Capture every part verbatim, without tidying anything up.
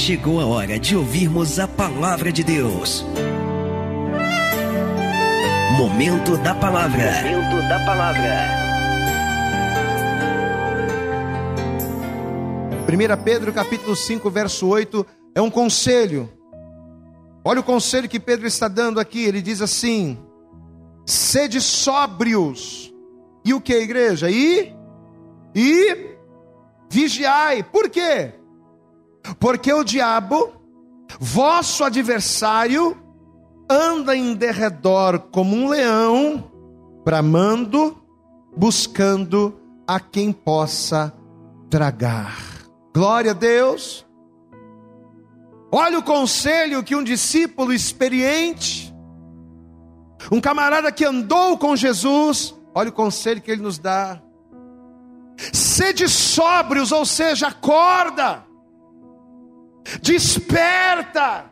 chegou a hora de ouvirmos a palavra de Deus. Momento da palavra. Momento da palavra. primeira Pedro capítulo cinco, verso oito, é um conselho. Olha o conselho que Pedro está dando aqui. Ele diz assim: sede sóbrios. E o que, igreja? E, e vigiai. Por quê? Porque o diabo, vosso adversário, anda em derredor como um leão, bramando, buscando a quem possa tragar. Glória a Deus. Olha o conselho que um discípulo experiente, um camarada que andou com Jesus, olha o conselho que ele nos dá: sede sóbrios, ou seja, acorda, desperta.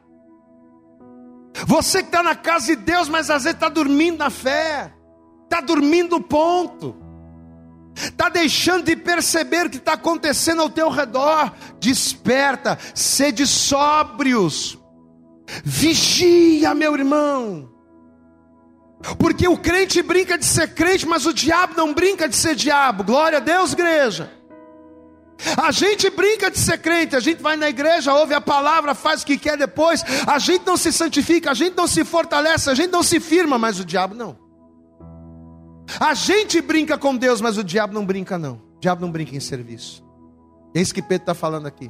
Você que está na casa de Deus, mas às vezes está dormindo na fé, está dormindo ponto, está deixando de perceber o que está acontecendo ao teu redor. Desperta, sede sóbrios, vigia, meu irmão. Porque o crente brinca de ser crente, mas o diabo não brinca de ser diabo. Glória a Deus, igreja. A gente brinca de ser crente, a gente vai na igreja, ouve a palavra, faz o que quer depois. A gente não se santifica, a gente não se fortalece, a gente não se firma, mas o diabo não. A gente brinca com Deus, mas o diabo não brinca não. O diabo não brinca em serviço. É isso que Pedro está falando aqui.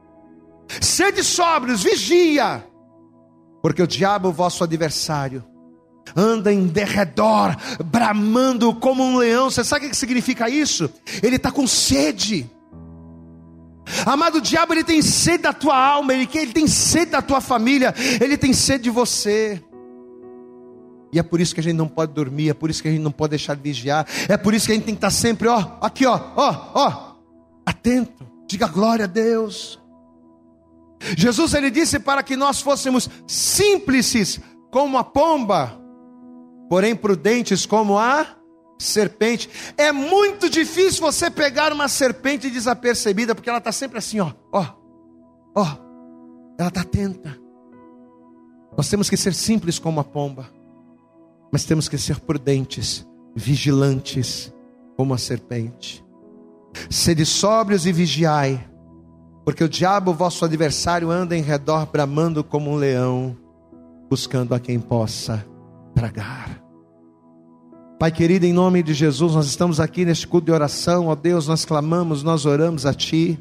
Sede sóbrios, vigia, porque o diabo, vosso adversário, anda em derredor, bramando como um leão. Você sabe o que significa isso? Ele está com sede. Amado, o diabo, ele tem sede da tua alma, ele, ele tem sede da tua família, ele tem sede de você. E é por isso que a gente não pode dormir, é por isso que a gente não pode deixar de vigiar, é por isso que a gente tem que estar sempre, ó, aqui ó, ó, ó, atento. Diga glória a Deus. Jesus, ele disse para que nós fôssemos simples como a pomba, porém prudentes como a serpente. É muito difícil você pegar uma serpente desapercebida, porque ela está sempre assim, ó, ó, ó, ela está atenta. Nós temos que ser simples como a pomba, mas temos que ser prudentes, vigilantes como a serpente. Sede sóbrios e vigiai, porque o diabo, vosso adversário, anda em redor bramando como um leão, buscando a quem possa tragar. Pai querido, em nome de Jesus, nós estamos aqui neste culto de oração, ó Deus, nós clamamos, nós oramos a Ti,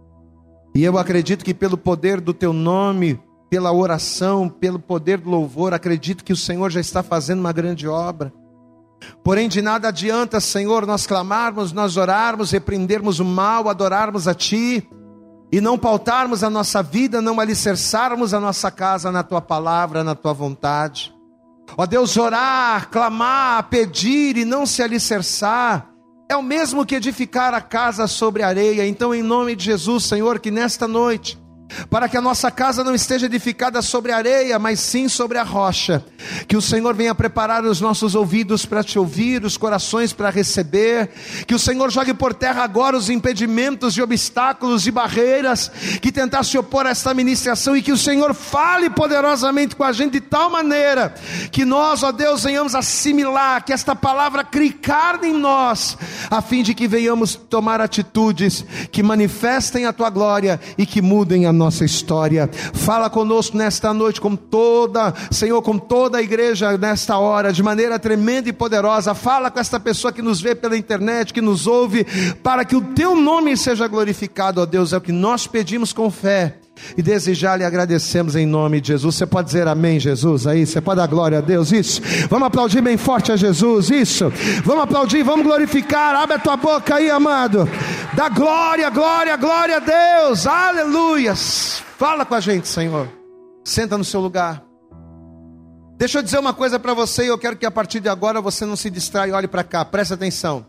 e eu acredito que pelo poder do Teu nome, pela oração, pelo poder do louvor, acredito que o Senhor já está fazendo uma grande obra. Porém, de nada adianta, Senhor, nós clamarmos, nós orarmos, repreendermos o mal, adorarmos a Ti, e não pautarmos a nossa vida, não alicerçarmos a nossa casa na Tua palavra, na Tua vontade. Ó Deus, orar, clamar, pedir e não se alicerçar, é o mesmo que edificar a casa sobre a areia. Então, em nome de Jesus, Senhor, que nesta noite, para que a nossa casa não esteja edificada sobre a areia, mas sim sobre a rocha, que o Senhor venha preparar os nossos ouvidos para Te ouvir, os corações para receber, que o Senhor jogue por terra agora os impedimentos e obstáculos e barreiras que tentar se opor a esta ministração, e que o Senhor fale poderosamente com a gente de tal maneira, que nós, ó Deus, venhamos assimilar, que esta palavra crie carne em nós, a fim de que venhamos tomar atitudes que manifestem a Tua glória e que mudem a nossa história. Fala conosco nesta noite, com toda, Senhor, com toda a igreja nesta hora, de maneira tremenda e poderosa. Fala com esta pessoa que nos vê pela internet, que nos ouve, para que o Teu nome seja glorificado, ó Deus. É o que nós pedimos com fé e desejar e agradecemos em nome de Jesus. Você pode dizer amém, Jesus? Aí, você pode dar glória a Deus? Isso. Vamos aplaudir bem forte a Jesus. Isso. Vamos aplaudir, vamos glorificar. Abre a tua boca aí, amado. Dá glória, glória, glória a Deus. Aleluias. Fala com a gente, Senhor. Senta no seu lugar. Deixa eu dizer uma coisa para você, e eu quero que a partir de agora você não se distraia e olhe para cá. Presta atenção.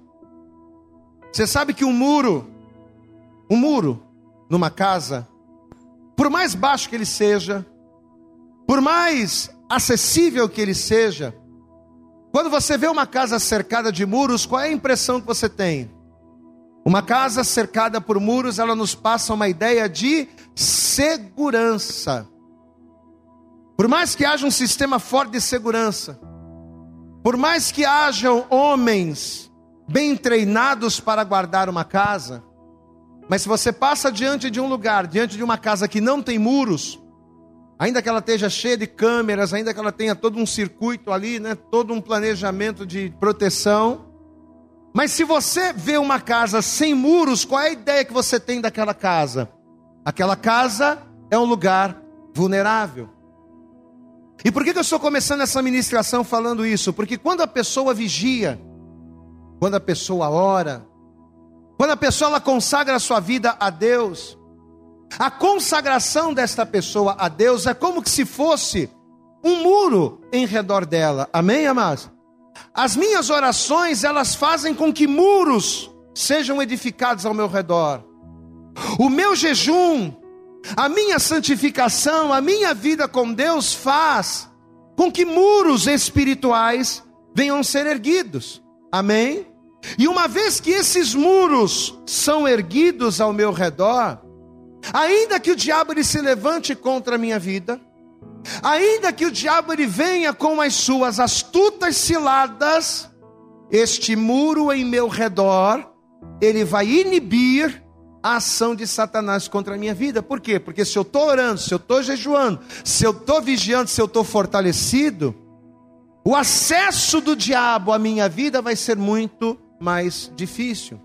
Você sabe que um muro, um muro numa casa, por mais baixo que ele seja, por mais acessível que ele seja, quando você vê uma casa cercada de muros, qual é a impressão que você tem? Uma casa cercada por muros, ela nos passa uma ideia de segurança. Por mais que haja um sistema forte de segurança, por mais que hajam homens bem treinados para guardar uma casa, mas se você passa diante de um lugar, diante de uma casa que não tem muros, ainda que ela esteja cheia de câmeras, ainda que ela tenha todo um circuito ali, né, todo um planejamento de proteção, mas se você vê uma casa sem muros, qual é a ideia que você tem daquela casa? Aquela casa é um lugar vulnerável. E por que que eu estou começando essa ministração falando isso? Porque quando a pessoa vigia, quando a pessoa ora, quando a pessoa ela consagra a sua vida a Deus, a consagração desta pessoa a Deus é como que se fosse um muro em redor dela. Amém, amados? As minhas orações, elas fazem com que muros sejam edificados ao meu redor. O meu jejum, a minha santificação, a minha vida com Deus faz com que muros espirituais venham ser erguidos. Amém? E uma vez que esses muros são erguidos ao meu redor, ainda que o diabo ele se levante contra a minha vida, ainda que o diabo ele venha com as suas astutas ciladas, este muro em meu redor, ele vai inibir a ação de Satanás contra a minha vida. Por quê? Porque se eu estou orando, se eu estou jejuando, se eu estou vigiando, se eu estou fortalecido, o acesso do diabo à minha vida vai ser muito mais difícil.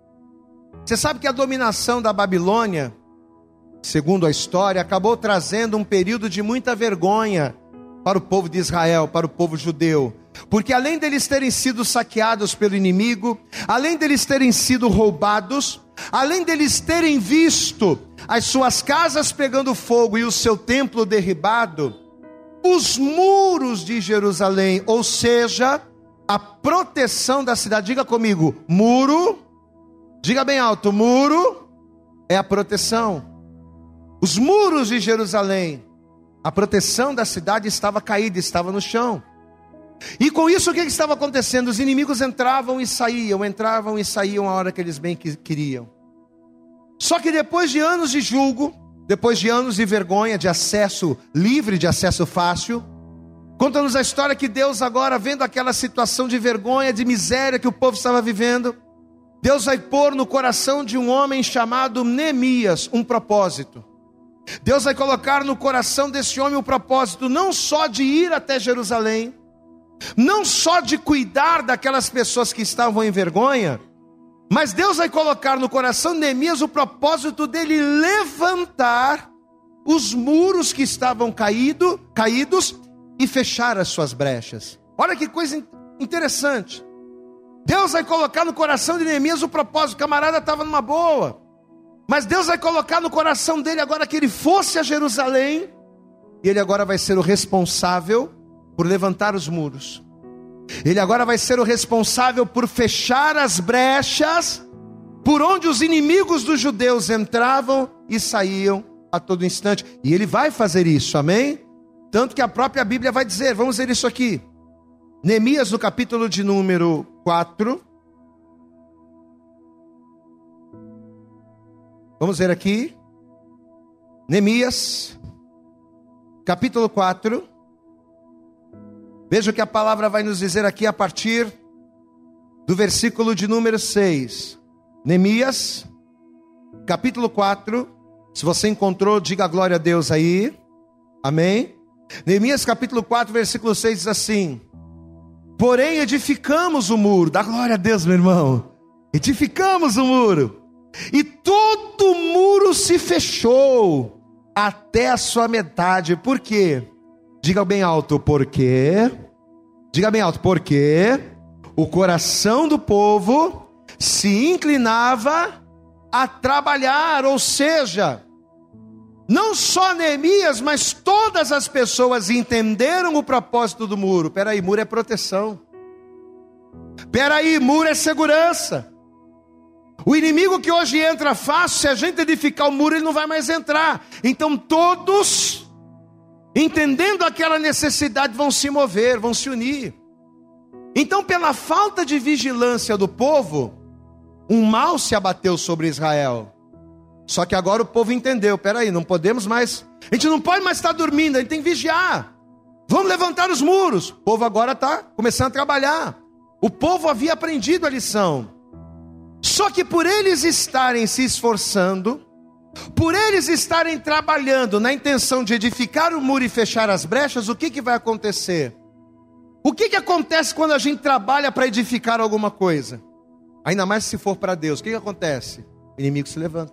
Você sabe que a dominação da Babilônia, segundo a história, acabou trazendo um período de muita vergonha para o povo de Israel, para o povo judeu. Porque além deles terem sido saqueados pelo inimigo, além deles terem sido roubados, além deles terem visto as suas casas pegando fogo e o seu templo derribado, os muros de Jerusalém, ou seja, a proteção da cidade, diga comigo, muro, diga bem alto, muro é a proteção. Os muros de Jerusalém, a proteção da cidade estava caída, estava no chão. E com isso o que estava acontecendo? Os inimigos entravam e saíam, entravam e saíam a hora que eles bem queriam. Só que depois de anos de julgo, depois de anos de vergonha, de acesso livre, de acesso fácil, conta-nos a história que Deus agora, vendo aquela situação de vergonha, de miséria que o povo estava vivendo, Deus vai pôr no coração de um homem chamado Neemias um propósito. Deus vai colocar no coração desse homem o propósito não só de ir até Jerusalém, não só de cuidar daquelas pessoas que estavam em vergonha, mas Deus vai colocar no coração de Neemias o propósito dele levantar os muros que estavam caído, caídos e fechar as suas brechas. Olha que coisa interessante. Deus vai colocar no coração de Neemias o propósito. O camarada estava numa boa, mas Deus vai colocar no coração dele agora que ele fosse a Jerusalém, e ele agora vai ser o responsável por levantar os muros. Ele agora vai ser o responsável por fechar as brechas por onde os inimigos dos judeus entravam e saíam a todo instante. E ele vai fazer isso, amém? Tanto que a própria Bíblia vai dizer, vamos ver isso aqui. Neemias no capítulo de número quatro. Vamos ver aqui. Neemias, capítulo quatro. Veja o que a palavra vai nos dizer aqui a partir do versículo de número seis. Neemias, capítulo quatro. Se você encontrou, diga glória a Deus aí. Amém? Neemias capítulo quatro, versículo seis diz assim: porém edificamos o muro. Dá glória a Deus, meu irmão. Edificamos o muro, e todo o muro se fechou até a sua metade. Por quê? Diga bem alto, porque, diga bem alto, porque o coração do povo se inclinava a trabalhar, ou seja, não só Neemias, mas todas as pessoas entenderam o propósito do muro. Peraí, muro é proteção. Peraí, muro é segurança. O inimigo que hoje entra fácil, se a gente edificar o muro, ele não vai mais entrar. Então todos, entendendo aquela necessidade, vão se mover, vão se unir. Então, pela falta de vigilância do povo, Um mal se abateu sobre Israel. Só que agora o povo entendeu, peraí, não podemos mais, a gente não pode mais estar dormindo, a gente tem que vigiar. Vamos levantar os muros. O povo agora está começando a trabalhar. O povo havia aprendido a lição. Só que por eles estarem se esforçando, por eles estarem trabalhando na intenção de edificar o muro e fechar as brechas, o que, que vai acontecer? O que, que acontece quando a gente trabalha para edificar alguma coisa? Ainda mais se for para Deus, o que, que acontece? O inimigo se levanta.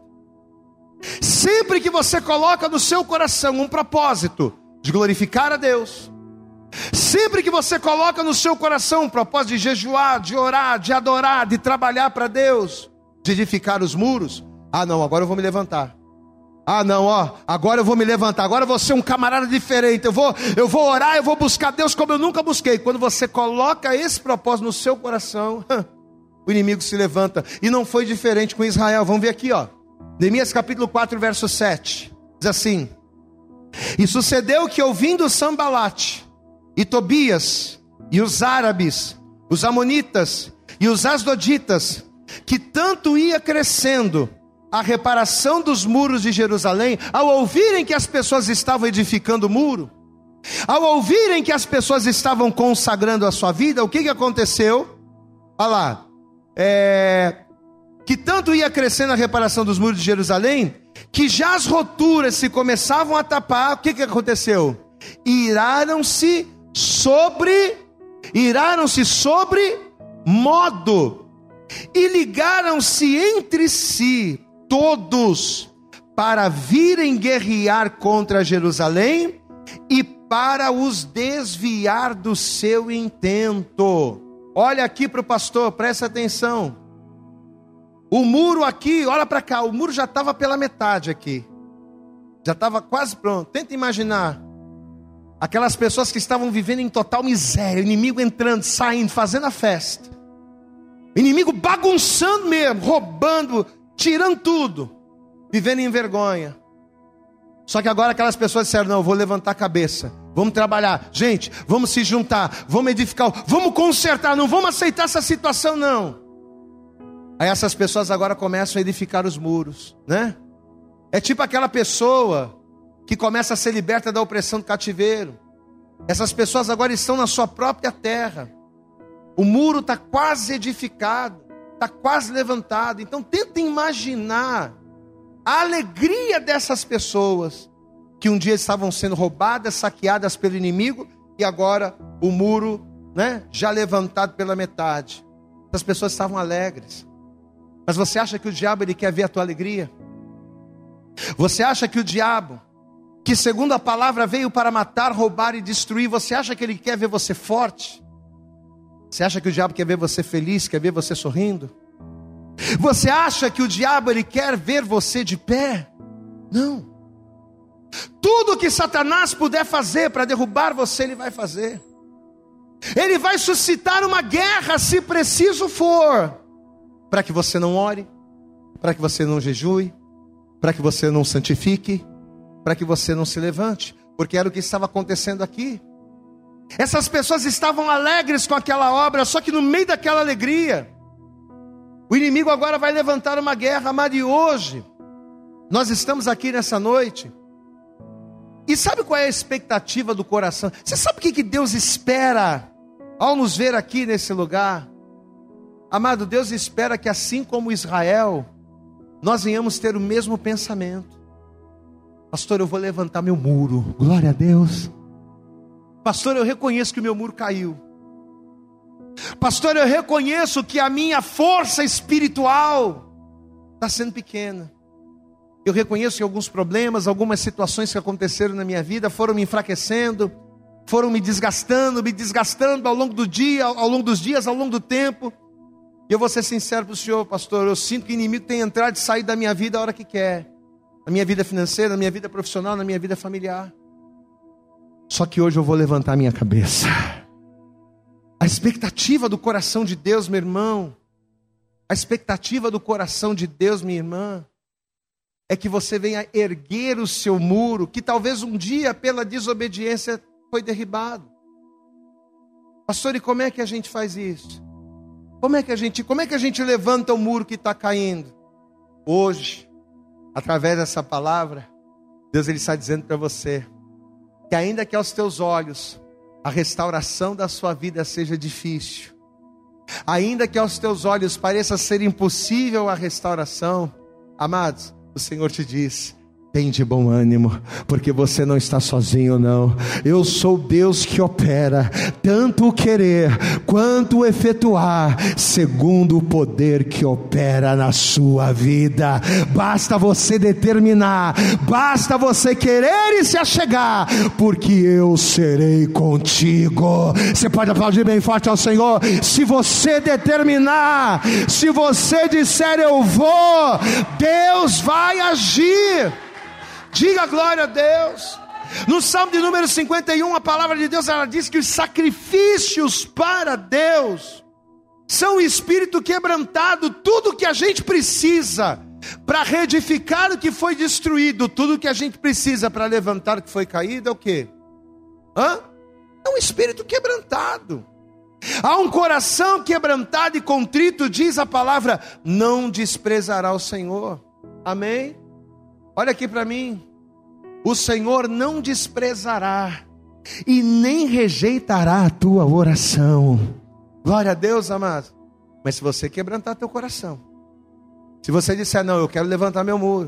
Sempre que você coloca no seu coração um propósito de glorificar a Deus, sempre que você coloca no seu coração um propósito de jejuar, de orar, de adorar, de trabalhar para Deus, de edificar os muros, ah não, agora eu vou me levantar. Ah não, ó, agora eu vou me levantar, agora eu vou ser um camarada diferente, eu vou, eu vou orar, eu vou buscar Deus como eu nunca busquei. Quando você coloca esse propósito no seu coração, o inimigo se levanta. E não foi diferente com Israel. Vamos ver aqui, ó, Neemias capítulo quatro, verso sete, diz assim: e sucedeu que ouvindo Sambalate e Tobias e os árabes, os amonitas e os asdoditas, que tanto ia crescendo a reparação dos muros de Jerusalém, ao ouvirem que as pessoas estavam edificando o muro, ao ouvirem que as pessoas estavam consagrando a sua vida, o que, que aconteceu? Olha lá, é, que tanto ia crescendo a reparação dos muros de Jerusalém, que já as roturas se começavam a tapar. O que, que aconteceu? Iraram-se sobre, iraram-se sobre modo, e ligaram-se entre si todos para virem guerrear contra Jerusalém e para os desviar do seu intento. Olha aqui para o pastor, presta atenção. O muro aqui, olha para cá, o muro já estava pela metade aqui, já estava quase pronto. Tenta imaginar aquelas pessoas que estavam vivendo em total miséria, o inimigo entrando, saindo, fazendo a festa, o inimigo bagunçando mesmo, roubando, tirando tudo, vivendo em vergonha. Só que agora aquelas pessoas disseram: não, eu vou levantar a cabeça, vamos trabalhar, gente, vamos se juntar, vamos edificar, vamos consertar, não vamos aceitar essa situação não. Aí essas pessoas agora começam a edificar os muros, né? É tipo aquela pessoa que começa a ser liberta da opressão do cativeiro. Essas pessoas agora estão na sua própria terra, o muro está quase edificado, está quase levantado. Então tenta imaginar a alegria dessas pessoas que um dia estavam sendo roubadas, saqueadas pelo inimigo, e agora o muro, né, já levantado pela metade. Essas pessoas estavam alegres. Mas você acha que o diabo ele quer ver a tua alegria? Você acha que o diabo, que segundo a palavra veio para matar, roubar e destruir, você acha que ele quer ver você forte? Você acha que o diabo quer ver você feliz, quer ver você sorrindo? Você acha que o diabo ele quer ver você de pé? Não. Tudo que Satanás puder fazer para derrubar você, ele vai fazer. Ele vai suscitar uma guerra se preciso for, para que você não ore, para que você não jejue, para que você não santifique, para que você não se levante, porque era o que estava acontecendo aqui. Essas pessoas estavam alegres com aquela obra, só que no meio daquela alegria, o inimigo agora vai levantar uma guerra. Amado, e hoje, nós estamos aqui nessa noite, e sabe qual é a expectativa do coração? Você sabe o que Deus espera ao nos ver aqui nesse lugar? Amado, Deus espera que assim como Israel, nós venhamos ter o mesmo pensamento. Pastor, eu vou levantar meu muro, glória a Deus. Pastor, eu reconheço que o meu muro caiu. Pastor, eu reconheço que a minha força espiritual está sendo pequena. Eu reconheço que alguns problemas, algumas situações que aconteceram na minha vida foram me enfraquecendo, foram me desgastando, me desgastando ao longo do dia, ao longo dos dias, ao longo do tempo. E eu vou ser sincero para o senhor, pastor, eu sinto que o inimigo tem entrado e saído da minha vida a hora que quer. Na minha vida financeira, na minha vida profissional, na minha vida familiar. Só que hoje eu vou levantar a minha cabeça. A expectativa do coração de Deus, meu irmão, a expectativa do coração de Deus, minha irmã, é que você venha erguer o seu muro, que talvez um dia pela desobediência foi derribado. Pastor, e como é que a gente faz isso? Como é que a gente, como é que a gente levanta o muro que está caindo? Hoje, através dessa palavra, Deus ele está dizendo para você que ainda que aos teus olhos a restauração da sua vida seja difícil, ainda que aos teus olhos pareça ser impossível a restauração, amados, o Senhor te diz: tem de bom ânimo, porque você não está sozinho não. Eu sou Deus que opera, tanto o querer, quanto o efetuar, segundo o poder que opera na sua vida. Basta você determinar, basta você querer e se achegar, porque eu serei contigo. Você pode aplaudir bem forte ao Senhor. Se você determinar, se você disser eu vou, Deus vai agir. Diga glória a Deus. No Salmo de número cinquenta e um, a palavra de Deus, ela diz que os sacrifícios para Deus são o espírito quebrantado. Tudo que a gente precisa para reedificar o que foi destruído, tudo que a gente precisa para levantar o que foi caído, é o quê? Hã? É um espírito quebrantado. Há um coração quebrantado e contrito, diz a palavra, não desprezará o Senhor. Amém? Olha aqui para mim, o Senhor não desprezará e nem rejeitará a tua oração. Glória a Deus, amado. Mas se você quebrantar teu coração, se você disser, não, eu quero levantar meu muro.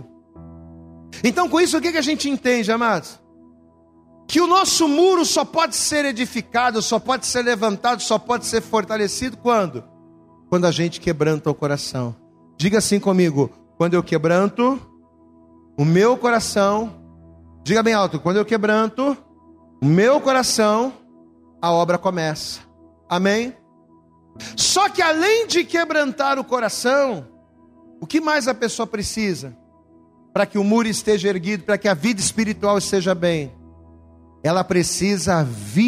Então com isso o que que a gente entende, amados? Que o nosso muro só pode ser edificado, só pode ser levantado, só pode ser fortalecido quando? Quando a gente quebranta o coração. Diga assim comigo, quando eu quebranto o meu coração, diga bem alto, quando eu quebranto o meu coração, a obra começa. Amém? Só que além de quebrantar o coração, o que mais a pessoa precisa para que o muro esteja erguido, para que a vida espiritual esteja bem? Ela precisa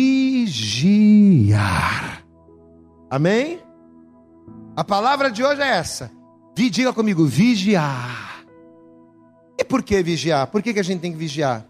vigiar. Amém? A palavra de hoje é essa. Diga comigo, vigiar. E por que vigiar? Por que que a gente tem que vigiar?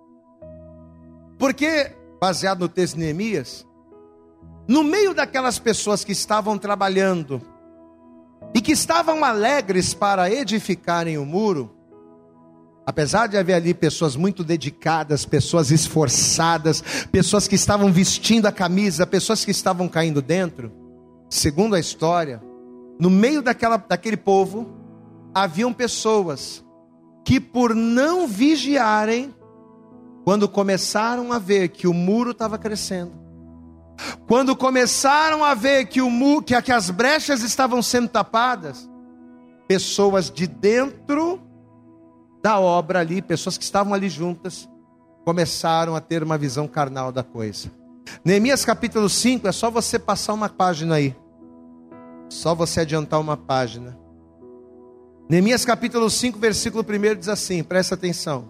Porque, baseado no texto de Neemias, no meio daquelas pessoas que estavam trabalhando e que estavam alegres para edificarem o muro, apesar de haver ali pessoas muito dedicadas, pessoas esforçadas, pessoas que estavam vestindo a camisa, pessoas que estavam caindo dentro, segundo a história, no meio daquela, daquele povo, haviam pessoas que por não vigiarem, quando começaram a ver que o muro estava crescendo, quando começaram a ver que, o muro, que, que as brechas estavam sendo tapadas, pessoas de dentro da obra ali, pessoas que estavam ali juntas, começaram a ter uma visão carnal da coisa. Neemias capítulo cinco, é só você passar uma página aí, só você adiantar uma página. Neemias capítulo cinco, versículo um diz assim, presta atenção.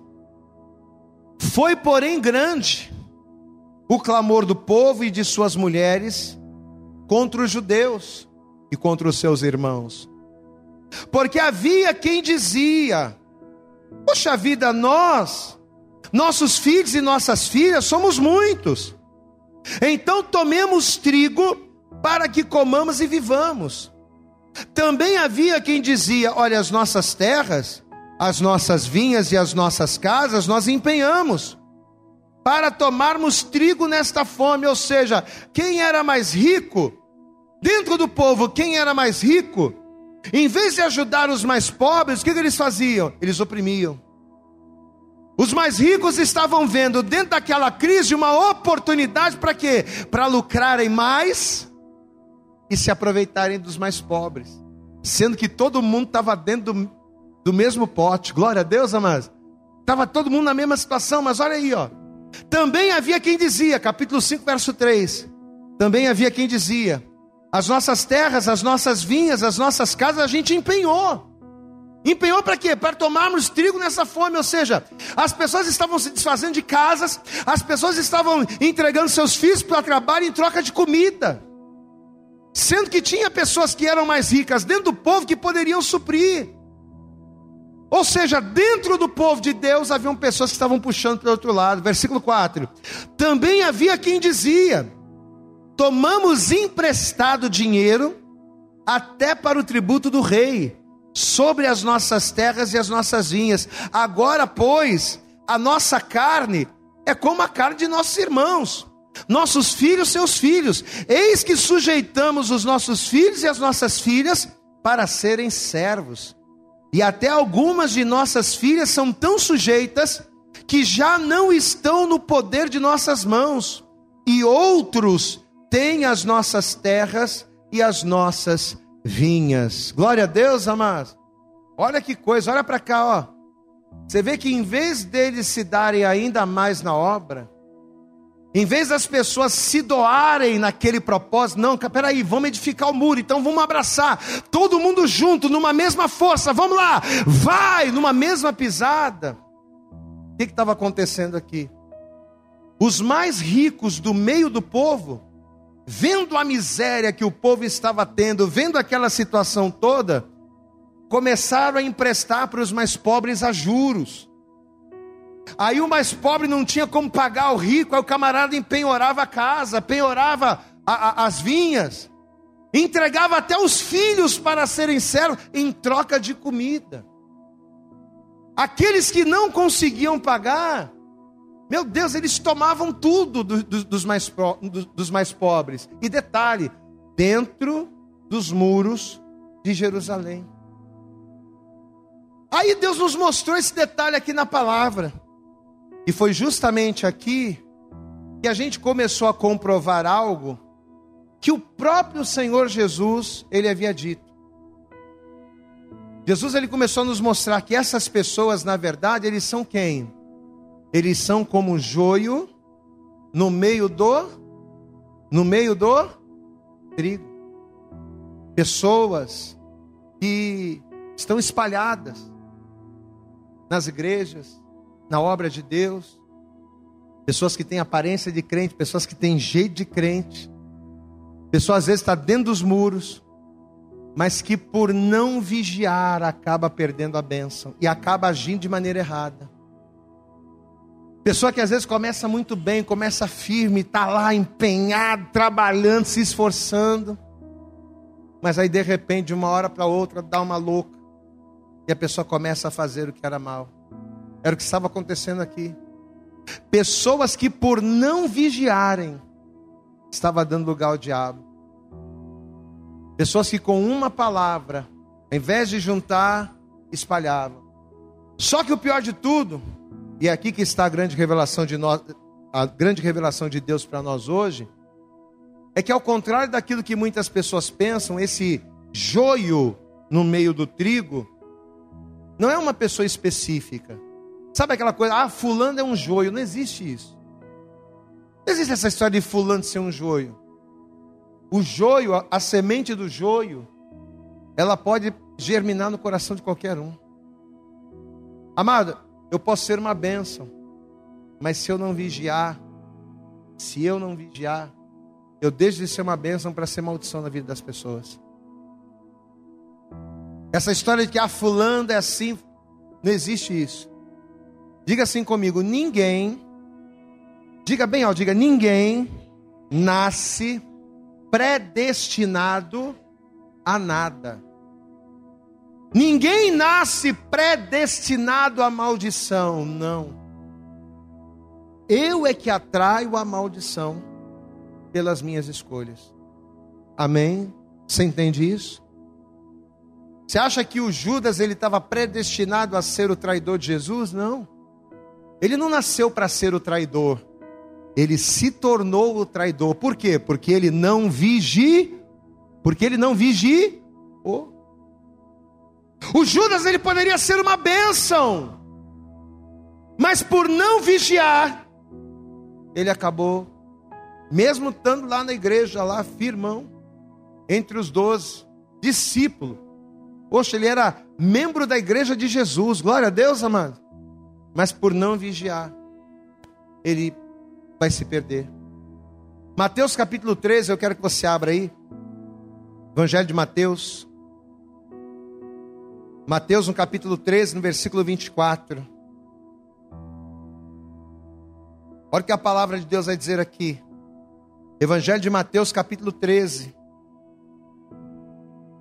Foi porém grande o clamor do povo e de suas mulheres contra os judeus e contra os seus irmãos, porque havia quem dizia, poxa vida, nós, nossos filhos e nossas filhas somos muitos, então tomemos trigo para que comamos e vivamos. Também havia quem dizia, olha, as nossas terras, as nossas vinhas e as nossas casas nós empenhamos para tomarmos trigo nesta fome. Ou seja, quem era mais rico, dentro do povo, quem era mais rico, em vez de ajudar os mais pobres, o que eles faziam? Eles oprimiam. Os mais ricos estavam vendo dentro daquela crise uma oportunidade para quê? Para lucrarem mais e se aproveitarem dos mais pobres, sendo que todo mundo estava dentro do, do mesmo pote. Glória a Deus, amados. Estava todo mundo na mesma situação, mas olha aí, ó. Também havia quem dizia, capítulo cinco, verso três, também havia quem dizia, as nossas terras, as nossas vinhas, as nossas casas a gente empenhou. Empenhou para quê? Para tomarmos trigo nessa fome. Ou seja, as pessoas estavam se desfazendo de casas, as pessoas estavam entregando seus filhos para trabalho em troca de comida, sendo que tinha pessoas que eram mais ricas dentro do povo que poderiam suprir. Ou seja, dentro do povo de Deus haviam pessoas que estavam puxando para o outro lado. Versículo quatro, também havia quem dizia, tomamos emprestado dinheiro até para o tributo do rei, sobre as nossas terras e as nossas vinhas. Agora, pois, a nossa carne é como a carne de nossos irmãos, nossos filhos, seus filhos. Eis que sujeitamos os nossos filhos e as nossas filhas para serem servos. E até algumas de nossas filhas são tão sujeitas que já não estão no poder de nossas mãos. E outros têm as nossas terras e as nossas vinhas. Glória a Deus, amados. Olha que coisa, olha para cá, ó. Você vê que em vez deles se darem ainda mais na obra, em vez das pessoas se doarem naquele propósito, não, peraí, vamos edificar o muro, então vamos abraçar, todo mundo junto, numa mesma força, vamos lá, vai, numa mesma pisada. O que estava acontecendo aqui? Os mais ricos do meio do povo, vendo a miséria que o povo estava tendo, vendo aquela situação toda, começaram a emprestar para os mais pobres a juros. Aí o mais pobre não tinha como pagar o rico, aí o camarada empenhorava a casa, penhorava a, a, as vinhas, entregava até os filhos para serem servos em troca de comida. Aqueles que não conseguiam pagar, meu Deus, eles tomavam tudo do, do, dos, mais pro, do, dos mais pobres. E detalhe, dentro dos muros de Jerusalém. Aí Deus nos mostrou esse detalhe aqui na palavra. E foi justamente aqui que a gente começou a comprovar algo que o próprio Senhor Jesus, ele havia dito. Jesus, ele começou a nos mostrar que essas pessoas, na verdade, eles são quem? Eles são como joio no meio do, no meio do trigo. Pessoas que estão espalhadas nas igrejas, na obra de Deus, pessoas que têm aparência de crente, pessoas que têm jeito de crente, pessoas às vezes estão dentro dos muros, mas que por não vigiar acaba perdendo a bênção e acaba agindo de maneira errada. Pessoa que às vezes começa muito bem, começa firme, está lá empenhado, trabalhando, se esforçando, mas aí de repente de uma hora para outra dá uma louca e a pessoa começa a fazer o que era mal. Era o que estava acontecendo aqui. Pessoas que por não vigiarem estava dando lugar ao diabo. Pessoas que com uma palavra, ao invés de juntar, espalhavam. Só que o pior de tudo, e é aqui que está a grande revelação de nós, a grande revelação de Deus para nós hoje, é que ao contrário daquilo que muitas pessoas pensam, esse joio no meio do trigo não é uma pessoa específica. Sabe aquela coisa, ah, fulano é um joio. Não existe isso. Não existe essa história de fulano ser um joio. O joio, a, a semente do joio, ela pode germinar no coração de qualquer um. Amado, eu posso ser uma bênção, mas se eu não vigiar, se eu não vigiar, eu deixo de ser uma bênção para ser maldição na vida das pessoas. Essa história de que a fulano é assim, não existe isso. Diga assim comigo, ninguém, diga bem, ó, diga, ninguém nasce predestinado a nada. Ninguém nasce predestinado à maldição, não. Eu é que atraio a maldição pelas minhas escolhas. Amém? Você entende isso? Você acha que o Judas ele estava predestinado a ser o traidor de Jesus? Não. Ele não nasceu para ser o traidor. Ele se tornou o traidor. Por quê? Porque ele não vigiou. Porque ele não vigiou. O Judas ele poderia ser uma bênção, mas por não vigiar, ele acabou, mesmo estando lá na igreja, lá firmão, entre os doze, discípulo. Poxa, ele era membro da igreja de Jesus, glória a Deus, amado. Mas por não vigiar, ele vai se perder. Mateus capítulo treze, eu quero que você abra aí. Evangelho de Mateus. Mateus no capítulo treze, no versículo vinte e quatro. Olha o que a palavra de Deus vai dizer aqui. Evangelho de Mateus capítulo treze.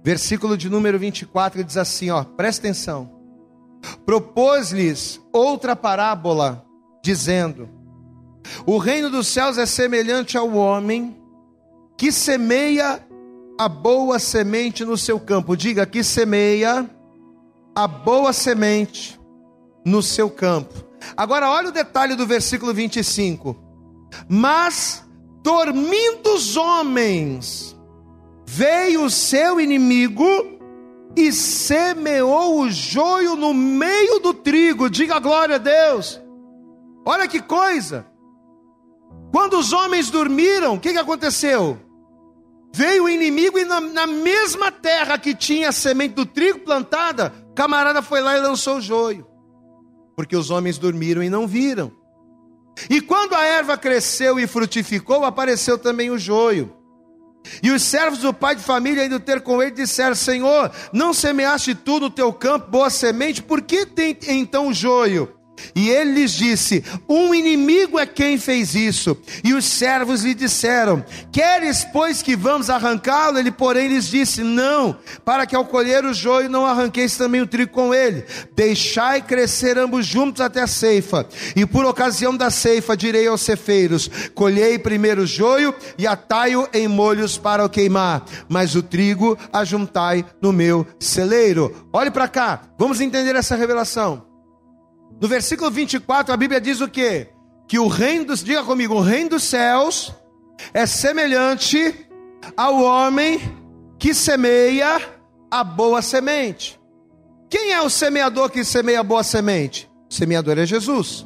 Versículo de número vinte e quatro diz assim, ó, presta atenção. Propôs-lhes outra parábola, dizendo: o reino dos céus é semelhante ao homem que semeia a boa semente no seu campo. Diga, que semeia a boa semente no seu campo. Agora olha o detalhe do versículo vinte e cinco. Mas dormindo os homens, veio o seu inimigo e semeou o joio no meio do trigo. Diga glória a Deus. Olha que coisa. Quando os homens dormiram, o que, que aconteceu? Veio o inimigo e na, na mesma terra que tinha a semente do trigo plantada, o camarada foi lá e lançou o joio. Porque os homens dormiram e não viram. E quando a erva cresceu e frutificou, apareceu também o joio. E os servos do pai de família, indo ter com ele, disseram: Senhor, não semeaste tu no teu campo boa semente? Por que tem então o joio? E ele lhes disse: um inimigo é quem fez isso. E os servos lhe disseram: queres, pois, que vamos arrancá-lo? Ele, porém, lhes disse: não, para que ao colher o joio não arranqueis também o trigo com ele. Deixai crescer ambos juntos até a ceifa. E por ocasião da ceifa direi aos cefeiros: colhei primeiro o joio e atai-o em molhos para o queimar, mas o trigo ajuntai no meu celeiro. Olhe para cá, vamos entender essa revelação. No versículo vinte e quatro, a Bíblia diz o quê? Que o reino dos, diga comigo, o reino dos céus é semelhante ao homem que semeia a boa semente. Quem é o semeador que semeia a boa semente? O semeador é Jesus.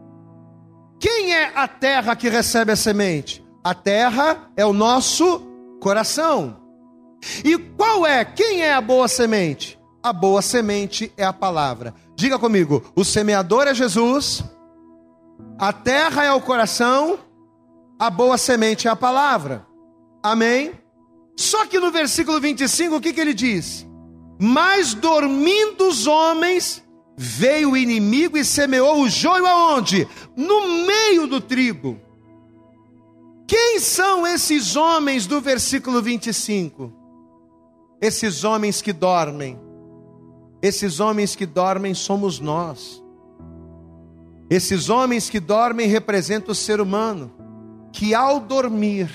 Quem é a terra que recebe a semente? A terra é o nosso coração. E qual é? Quem é a boa semente? A boa semente é a palavra. Diga comigo, o semeador é Jesus, a terra é o coração, a boa semente é a palavra. Amém? Só que no versículo vinte e cinco, o que, que ele diz? Mas dormindo os homens, veio o inimigo e semeou o joio aonde? No meio do trigo. Quem são esses homens do versículo vinte e cinco? Esses homens que dormem. Esses homens que dormem somos nós. Esses homens que dormem representam o ser humano, que ao dormir,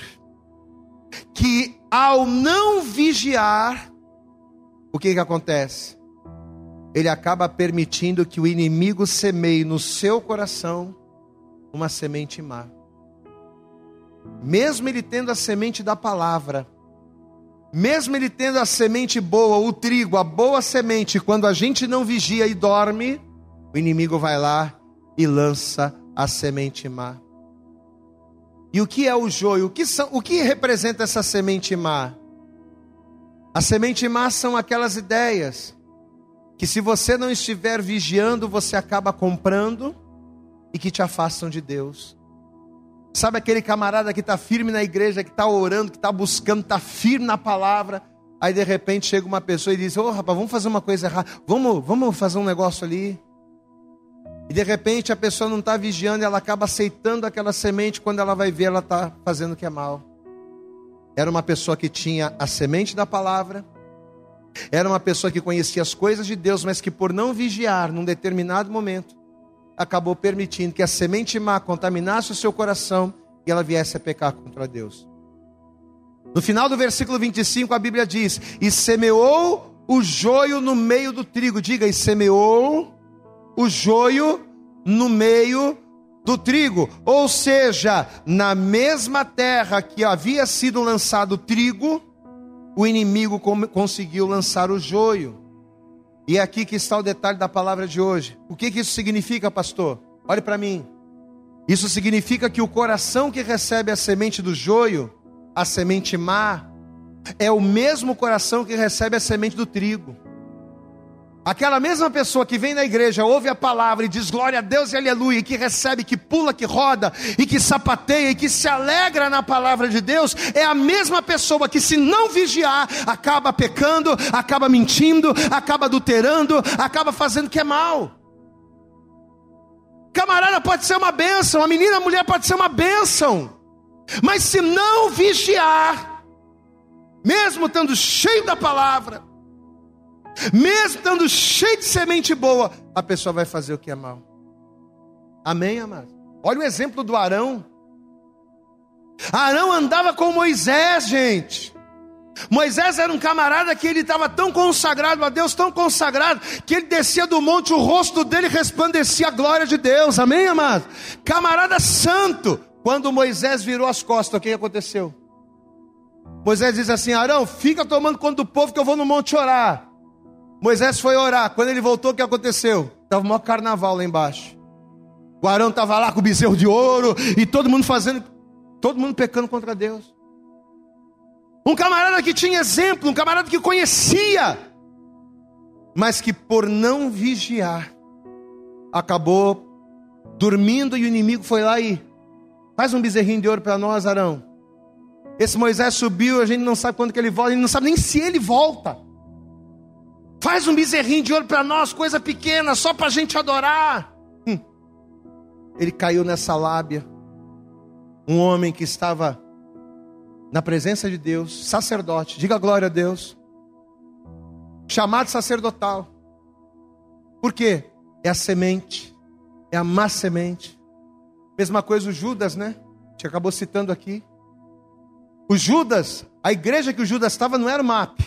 que ao não vigiar, o que que acontece? Ele acaba permitindo que o inimigo semeie no seu coração uma semente má. Mesmo ele tendo a semente da palavra, mesmo ele tendo a semente boa, o trigo, a boa semente, quando a gente não vigia e dorme, o inimigo vai lá e lança a semente má. E o que é o joio? O que, são, o que representa essa semente má? A semente má são aquelas ideias que, se você não estiver vigiando, você acaba comprando e que te afastam de Deus. Sabe aquele camarada que está firme na igreja, que está orando, que está buscando, está firme na palavra. Aí de repente chega uma pessoa e diz: ô oh, rapaz, vamos fazer uma coisa errada, vamos, vamos fazer um negócio ali. E de repente a pessoa não está vigiando e ela acaba aceitando aquela semente. Quando ela vai ver, ela está fazendo o que é mal. Era uma pessoa que tinha a semente da palavra, era uma pessoa que conhecia as coisas de Deus, mas que por não vigiar num determinado momento, acabou permitindo que a semente má contaminasse o seu coração e ela viesse a pecar contra Deus. No final do versículo vinte e cinco, a Bíblia diz: e semeou o joio no meio do trigo. Diga, e semeou o joio no meio do trigo. Ou seja, na mesma terra que havia sido lançado o trigo, o inimigo conseguiu lançar o joio. E é aqui que está o detalhe da palavra de hoje. O que que isso significa, pastor? Olhe para mim. Isso significa que o coração que recebe a semente do joio, a semente má, é o mesmo coração que recebe a semente do trigo. Aquela mesma pessoa que vem na igreja, ouve a palavra e diz glória a Deus e aleluia, e que recebe, que pula, que roda, e que sapateia, e que se alegra na palavra de Deus, é a mesma pessoa que, se não vigiar, acaba pecando, acaba mentindo, acaba adulterando, acaba fazendo o que é mal. Camarada pode ser uma bênção, a menina, a mulher pode ser uma bênção, mas se não vigiar, mesmo estando cheio da palavra, mesmo estando cheio de semente boa, a pessoa vai fazer o que é mal. Amém, amado? Olha o exemplo do Arão. Arão andava com Moisés, gente. Moisés era um camarada que ele estava tão consagrado a Deus, tão consagrado, que ele descia do monte, o rosto dele resplandecia a glória de Deus. Amém, amado? Camarada santo. Quando Moisés virou as costas, o que aconteceu? Moisés diz assim: Arão, fica tomando conta do povo que eu vou no monte orar. Moisés foi orar. Quando ele voltou, o que aconteceu? Estava o maior carnaval lá embaixo. O Arão estava lá com o bezerro de ouro, e todo mundo fazendo, todo mundo pecando contra Deus. Um camarada que tinha exemplo, um camarada que conhecia, mas que por não vigiar, acabou dormindo, e o inimigo foi lá e faz um bezerrinho de ouro para nós, Arão. Esse Moisés subiu, a gente não sabe quando que ele volta, a gente não sabe nem se ele volta. Faz um bezerrinho de ouro para nós, coisa pequena, só para a gente adorar. Hum. Ele caiu nessa lábia. Um homem que estava na presença de Deus, sacerdote, diga glória a Deus, chamado sacerdotal. Por quê? É a semente, é a má semente. Mesma coisa o Judas, né? A gente acabou citando aqui. O Judas, a igreja que o Judas estava não era o M A P.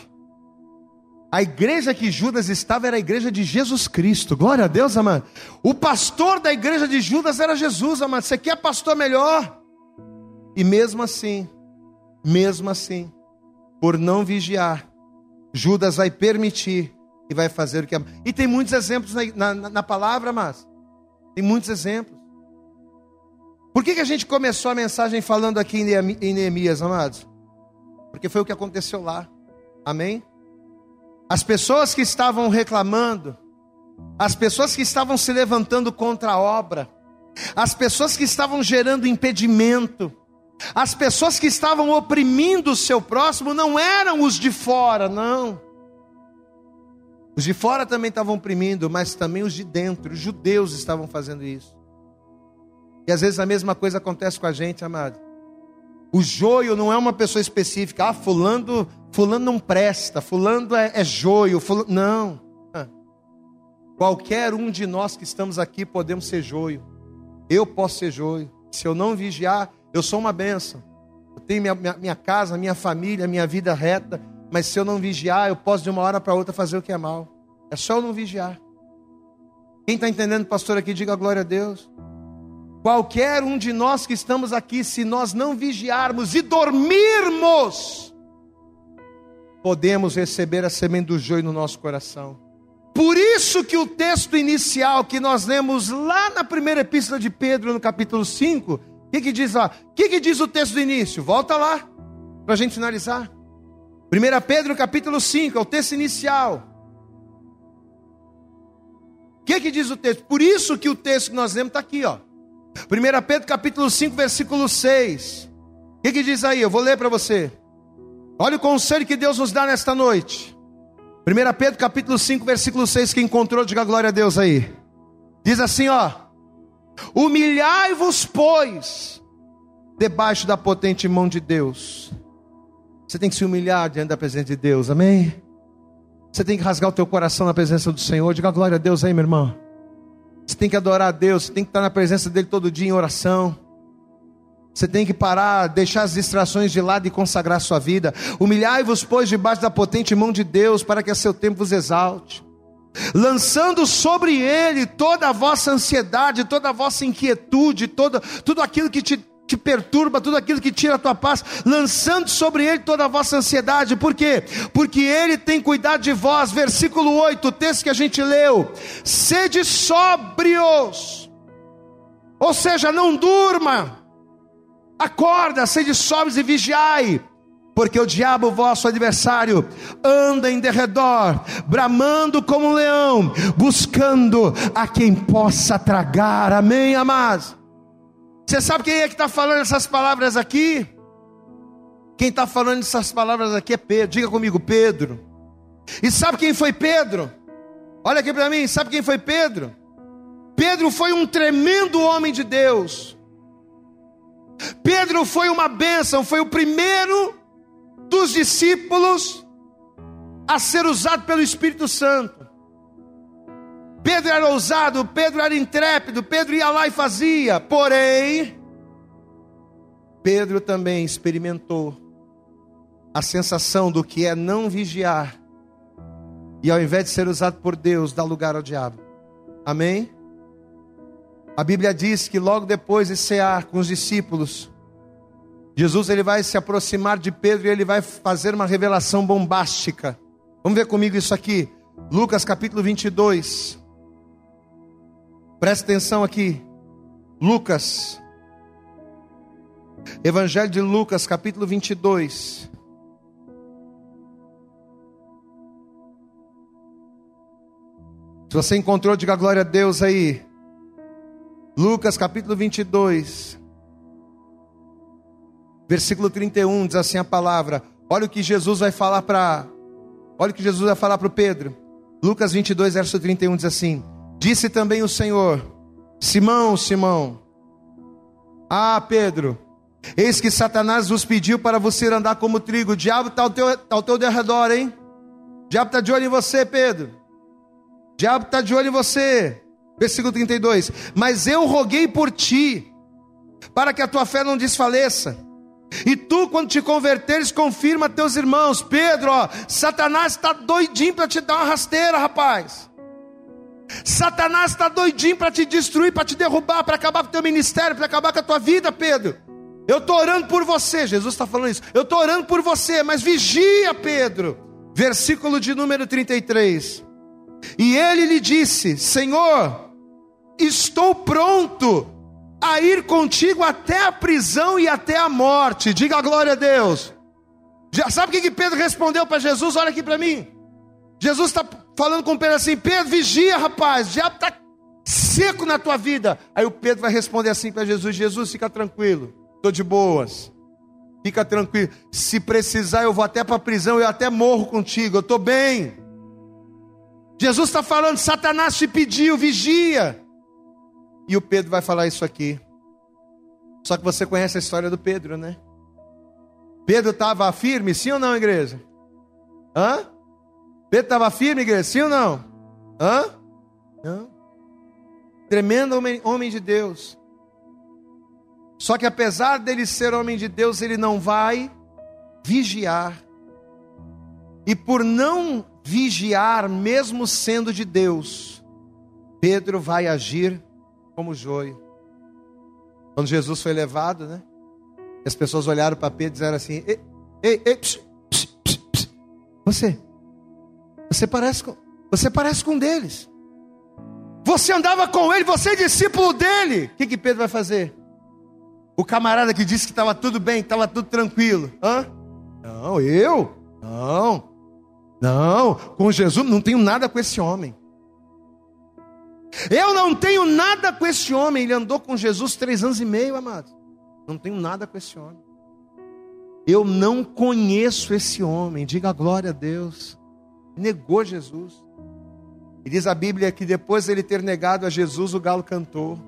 A igreja que Judas estava era a igreja de Jesus Cristo. Glória a Deus, amado. O pastor da igreja de Judas era Jesus, amado. Você quer pastor melhor? E mesmo assim, mesmo assim, por não vigiar, Judas vai permitir e vai fazer o que é. E tem muitos exemplos na, na, na palavra, mas tem muitos exemplos. Por que, que a gente começou a mensagem falando aqui em Neemias, amados? Porque foi o que aconteceu lá. Amém? As pessoas que estavam reclamando, as pessoas que estavam se levantando contra a obra, as pessoas que estavam gerando impedimento, as pessoas que estavam oprimindo o seu próximo, não eram os de fora, não. Os de fora também estavam oprimindo, mas também os de dentro, os judeus estavam fazendo isso. E às vezes a mesma coisa acontece com a gente, amado. O joio não é uma pessoa específica. Ah, fulano, fulano não presta, fulano é, é joio, fulano... Não. Qualquer um de nós que estamos aqui podemos ser joio. Eu posso ser joio. Se eu não vigiar, eu sou uma bênção. Eu tenho minha, minha, minha casa, minha família, minha vida reta. Mas se eu não vigiar, eu posso de uma hora para outra fazer o que é mal. É só eu não vigiar. Quem está entendendo, pastor, aqui, diga glória a Deus. Qualquer um de nós que estamos aqui, se nós não vigiarmos e dormirmos, podemos receber a semente do joio no nosso coração. Por isso que o texto inicial que nós lemos lá na primeira epístola de Pedro, no capítulo cinco, o que, que diz lá? O que, que diz o texto do início? Volta lá, para a gente finalizar. primeira Pedro, capítulo cinco, é o texto inicial. O que, que diz o texto? Por isso que o texto que nós lemos está aqui, ó. primeira Pedro capítulo cinco, versículo seis. O que, que diz aí? Eu vou ler para você. Olha o conselho que Deus nos dá nesta noite. primeira Pedro capítulo cinco, versículo seis. Quem encontrou, diga glória a Deus aí. Diz assim, ó: humilhai-vos, pois, debaixo da potente mão de Deus. Você tem que se humilhar diante da presença de Deus, amém? Você tem que rasgar o teu coração na presença do Senhor. Diga glória a Deus aí, meu irmão. Você tem que adorar a Deus, você tem que estar na presença dEle todo dia em oração. Você tem que parar, deixar as distrações de lado e consagrar a sua vida. Humilhai-vos, pois, debaixo da potente mão de Deus, para que a seu tempo vos exalte, lançando sobre Ele toda a vossa ansiedade, toda a vossa inquietude, toda, tudo aquilo que te, te perturba, tudo aquilo que tira a tua paz, lançando sobre Ele toda a vossa ansiedade. Por quê? Porque Ele tem cuidado de vós. Versículo oito, o texto que a gente leu: sede sóbrios, ou seja, não durma, acorda, sede sóbrios e vigiai, porque o diabo, vosso adversário, anda em derredor, bramando como um leão, buscando a quem possa tragar. Amém, amados? Você sabe quem é que está falando essas palavras aqui? Quem está falando essas palavras aqui é Pedro. Diga comigo, Pedro. E sabe quem foi Pedro? Olha aqui para mim, sabe quem foi Pedro? Pedro foi um tremendo homem de Deus. Pedro foi uma bênção, foi o primeiro dos discípulos a ser usado pelo Espírito Santo. Pedro era ousado, Pedro era intrépido, Pedro ia lá e fazia. Porém, Pedro também experimentou a sensação do que é não vigiar. E ao invés de ser usado por Deus, dá lugar ao diabo. Amém? A Bíblia diz que logo depois de cear com os discípulos, Jesus ele vai se aproximar de Pedro e ele vai fazer uma revelação bombástica. Vamos ver comigo isso aqui. Lucas capítulo vinte e dois. Presta atenção aqui. Lucas. Evangelho de Lucas capítulo vinte e dois. Se você encontrou, diga glória a Deus aí. Lucas capítulo vinte e dois, versículo trinta e um, diz assim a palavra. Olha o que Jesus vai falar para Olha o que Jesus vai falar para o Pedro. Lucas vinte e dois, verso trinta e um diz assim: disse também o Senhor: Simão, Simão, ah Pedro, eis que Satanás vos pediu para você andar como trigo. O diabo está ao teu, tá ao teu derredor, hein? O diabo está de olho em você, Pedro. O diabo está de olho em você. Versículo trinta e dois. Mas eu roguei por ti, para que a tua fé não desfaleça. E tu, quando te converteres, confirma teus irmãos. Pedro, ó, Satanás está doidinho para te dar uma rasteira, rapaz. Satanás está doidinho para te destruir, para te derrubar, para acabar com o teu ministério, para acabar com a tua vida, Pedro. Eu estou orando por você. Jesus está falando isso. Eu estou orando por você, mas vigia, Pedro. Versículo de número trinta e três. E ele lhe disse: Senhor, estou pronto a ir contigo até a prisão e até a morte. Diga glória a Deus. Já sabe o que Pedro respondeu para Jesus? Olha aqui para mim. Jesus está falando com Pedro assim: Pedro, vigia, rapaz, o diabo está seco na tua vida. Aí o Pedro vai responder assim para Jesus: Jesus, fica tranquilo, estou de boas, fica tranquilo. Se precisar eu vou até para a prisão, eu até morro contigo, eu estou bem. Jesus está falando: Satanás te pediu, vigia. E o Pedro vai falar isso aqui. Só que você conhece a história do Pedro, né? Pedro estava firme, sim ou não, igreja? Hã? Pedro estava firme, igreja, sim ou não? Hã? Não. Tremendo homem, homem de Deus. Só que apesar dele ser homem de Deus, ele não vai vigiar. E por não vigiar, mesmo sendo de Deus, Pedro vai agir como joio. Quando Jesus foi levado, né? As pessoas olharam para Pedro e disseram assim: ei, ei, ei, psh, psh, psh, psh. Você, você parece com, você parece com um deles. Você andava com ele, você é discípulo dele. O que que Pedro vai fazer? O camarada que disse que estava tudo bem, que estava tudo tranquilo. Hã? Não, eu? Não. Não, com Jesus não tenho nada com esse homem. Eu não tenho nada com esse homem. Ele andou com Jesus três anos e meio, amados. Não tenho nada com esse homem. Eu não conheço esse homem. Diga glória a Deus. Negou Jesus. E diz a Bíblia que depois de ele ter negado a Jesus, o galo cantou.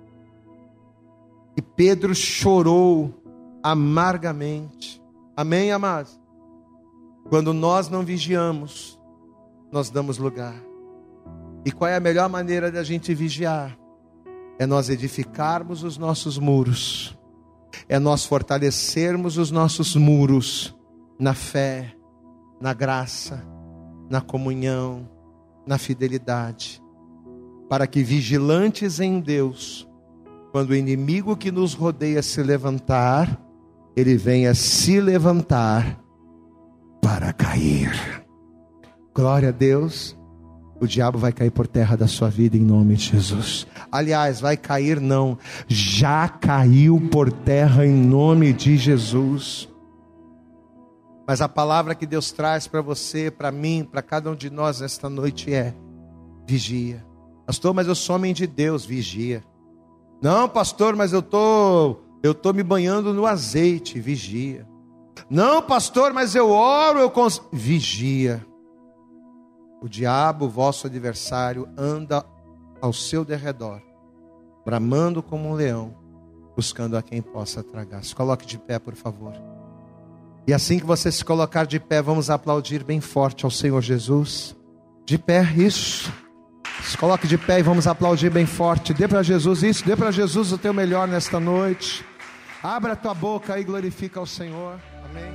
E Pedro chorou amargamente. Amém, amados? Quando nós não vigiamos, nós damos lugar. E qual é a melhor maneira da gente vigiar? É nós edificarmos os nossos muros. É nós fortalecermos os nossos muros na fé, na graça, na comunhão, na fidelidade. Para que vigilantes em Deus, quando o inimigo que nos rodeia se levantar, ele venha se levantar para cair. Glória a Deus. O diabo vai cair por terra da sua vida em nome de Jesus. Aliás, vai cair não, já caiu por terra em nome de Jesus. Mas a palavra que Deus traz para você, para mim, para cada um de nós esta noite é: vigia. Pastor, mas eu sou homem de Deus. Vigia. Não, pastor, mas eu tô, eu tô me banhando no azeite. Vigia. Não, pastor, mas eu oro, eu cons... Vigia. O diabo, vosso adversário, anda ao seu derredor, bramando como um leão, buscando a quem possa tragar. Se coloque de pé, por favor. E assim que você se colocar de pé, vamos aplaudir bem forte ao Senhor Jesus. De pé, isso. Se coloque de pé e vamos aplaudir bem forte. Dê para Jesus isso, dê para Jesus o teu melhor nesta noite. Abra a tua boca e glorifica ao Senhor. Amém.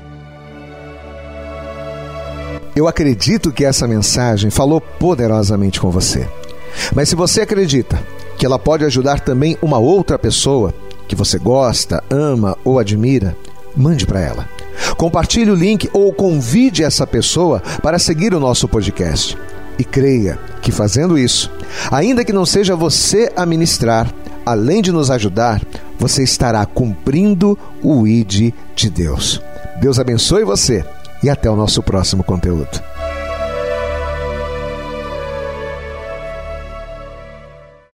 Eu acredito que essa mensagem falou poderosamente com você. Mas se você acredita que ela pode ajudar também uma outra pessoa que você gosta, ama ou admira, mande para ela. Compartilhe o link ou convide essa pessoa para seguir o nosso podcast. E creia que fazendo isso, ainda que não seja você a ministrar, além de nos ajudar, você estará cumprindo o I D de Deus. Deus abençoe você e até o nosso próximo conteúdo.